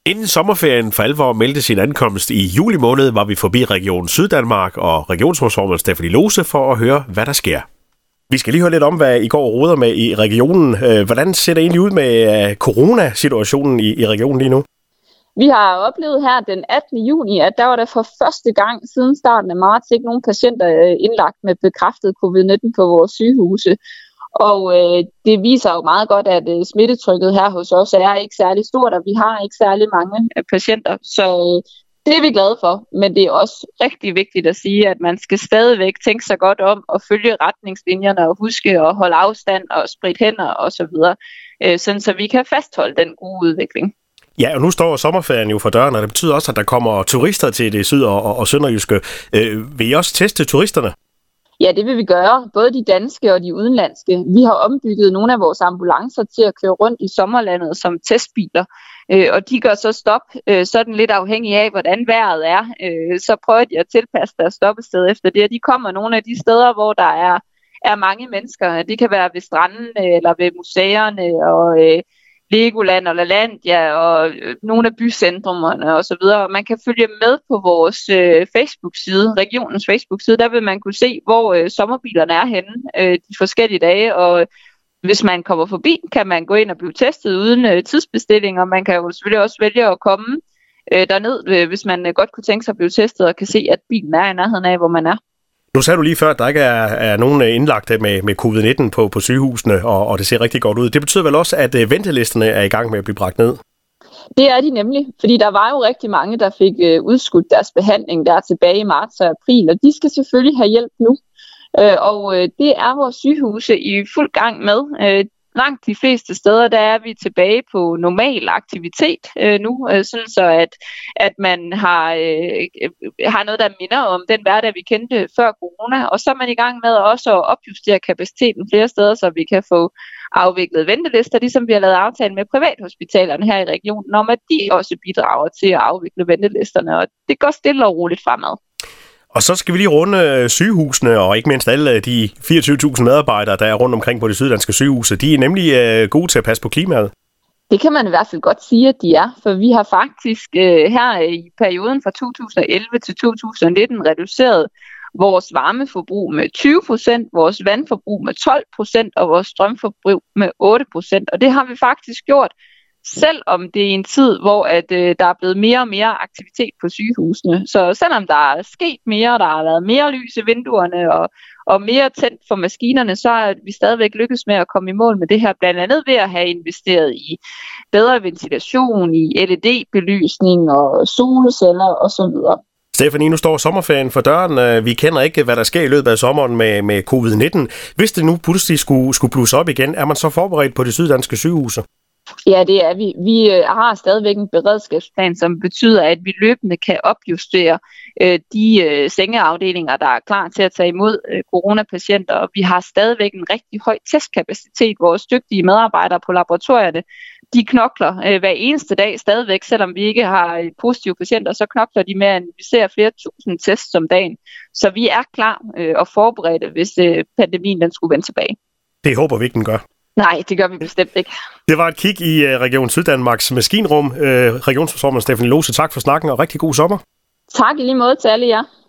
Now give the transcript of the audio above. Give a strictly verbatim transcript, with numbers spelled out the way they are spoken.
Inden sommerferien for alvor meldte sin ankomst i juli måned, var vi forbi Region Syddanmark og regionsformand Stephanie Lose for at høre, hvad der sker. Vi skal lige høre lidt om, hvad I går og roder med i regionen. Hvordan ser det egentlig ud med coronasituationen i, i regionen lige nu? Vi har oplevet her den attende juni, at der var der for første gang siden starten af marts ikke nogen patienter indlagt med bekræftet covid nitten på vores sygehuse. Og øh, det viser jo meget godt, at øh, smittetrykket her hos os er ikke særlig stort, og vi har ikke særlig mange øh, patienter. Så øh, det er vi glade for, men det er også rigtig vigtigt at sige, at man skal stadigvæk tænke sig godt om og følge retningslinjerne og huske at holde afstand og spritte hænder osv., øh, sådan så vi kan fastholde den gode udvikling. Ja, og nu står sommerferien jo for døren, og det betyder også, at der kommer turister til det syd- og, og, og sønderjyske. Øh, vil I også teste turisterne? Ja, det vil vi gøre, både de danske og de udenlandske. Vi har ombygget nogle af vores ambulancer til at køre rundt i sommerlandet som testbiler, øh, og de gør så stop, øh, sådan lidt afhængig af, hvordan vejret er. Øh, så prøver de at tilpasse deres stoppested efter det, og de kommer nogle af de steder, hvor der er, er mange mennesker. Det kan være ved stranden eller ved museerne og øh, Legoland og LaLandia og øh, nogle af bycentrumerne osv. Man kan følge med på vores øh, Facebook-side, regionens Facebook-side. Der vil man kunne se, hvor øh, sommerbilerne er henne øh, de forskellige dage. Og hvis man kommer forbi, kan man gå ind og blive testet uden øh, tidsbestilling. Og man kan jo selvfølgelig også vælge at komme øh, derned, øh, hvis man øh, godt kunne tænke sig at blive testet og kan se, at bilen er i nærheden af, hvor man er. Nu sagde du lige før, at der ikke er, er nogen indlagte med, med covid nitten på, på sygehusene, og, og det ser rigtig godt ud. Det betyder vel også, at ventelisterne er i gang med at blive bragt ned? Det er de nemlig, fordi der var jo rigtig mange, der fik øh, udskudt deres behandling der tilbage i marts og april, og de skal selvfølgelig have hjælp nu. Øh, og øh, det er vores sygehuse i fuld gang med. Øh, Langt de fleste steder, der er vi tilbage på normal aktivitet øh, nu, øh, sådan så at, at man har, øh, har noget, der minder om den hverdag, vi kendte før corona. Og så er man i gang med også at opjustere kapaciteten flere steder, så vi kan få afviklet ventelister, ligesom vi har lavet aftale med privathospitalerne her i regionen, om at de også bidrager til at afvikle ventelisterne. Og det går stille og roligt fremad. Og så skal vi lige runde sygehusene, og ikke mindst alle de fireogtyve tusind medarbejdere, der er rundt omkring på de syddanske sygehuse. De er nemlig øh, gode til at passe på klimaet. Det kan man i hvert fald godt sige, at de er. For vi har faktisk øh, her i perioden fra to tusind og elleve til to tusind og nitten reduceret vores varmeforbrug med tyve procent, vores vandforbrug med tolv procent og vores strømforbrug med otte procent. Og det har vi faktisk gjort, selvom det er en tid, hvor at, øh, der er blevet mere og mere aktivitet på sygehusene. Så selvom der er sket mere, der har været mere lys i vinduerne og, og mere tændt for maskinerne, så er vi stadigvæk lykkes med at komme i mål med det her, blandt andet ved at have investeret i bedre ventilation, i L E D-belysning og solceller osv. Stephanie, nu står sommerferien for døren. Vi kender ikke, hvad der sker i løbet af sommeren med, med covid nitten. Hvis det nu pludselig skulle, skulle blusse op igen, er man så forberedt på de syddanske sygehuse? Ja, det er vi. Vi øh, har stadigvæk en beredskabsplan, som betyder, at vi løbende kan opjustere øh, de øh, sengeafdelinger, der er klar til at tage imod øh, coronapatienter. Og vi har stadigvæk en rigtig høj testkapacitet. Vores dygtige medarbejdere på laboratorierne, de knokler øh, hver eneste dag stadigvæk, selvom vi ikke har øh, positive patienter, så knokler de med at analysere flere tusind tests om dagen. Så vi er klar øh, og forberedte, hvis øh, pandemien den skulle vende tilbage. Det håber vi ikke, den gør. Nej, det gør vi bestemt ikke. Det var et kig i Region Syddanmarks maskinrum. Regionsformand Stephanie Lose, tak for snakken og rigtig god sommer. Tak i lige måde til alle jer.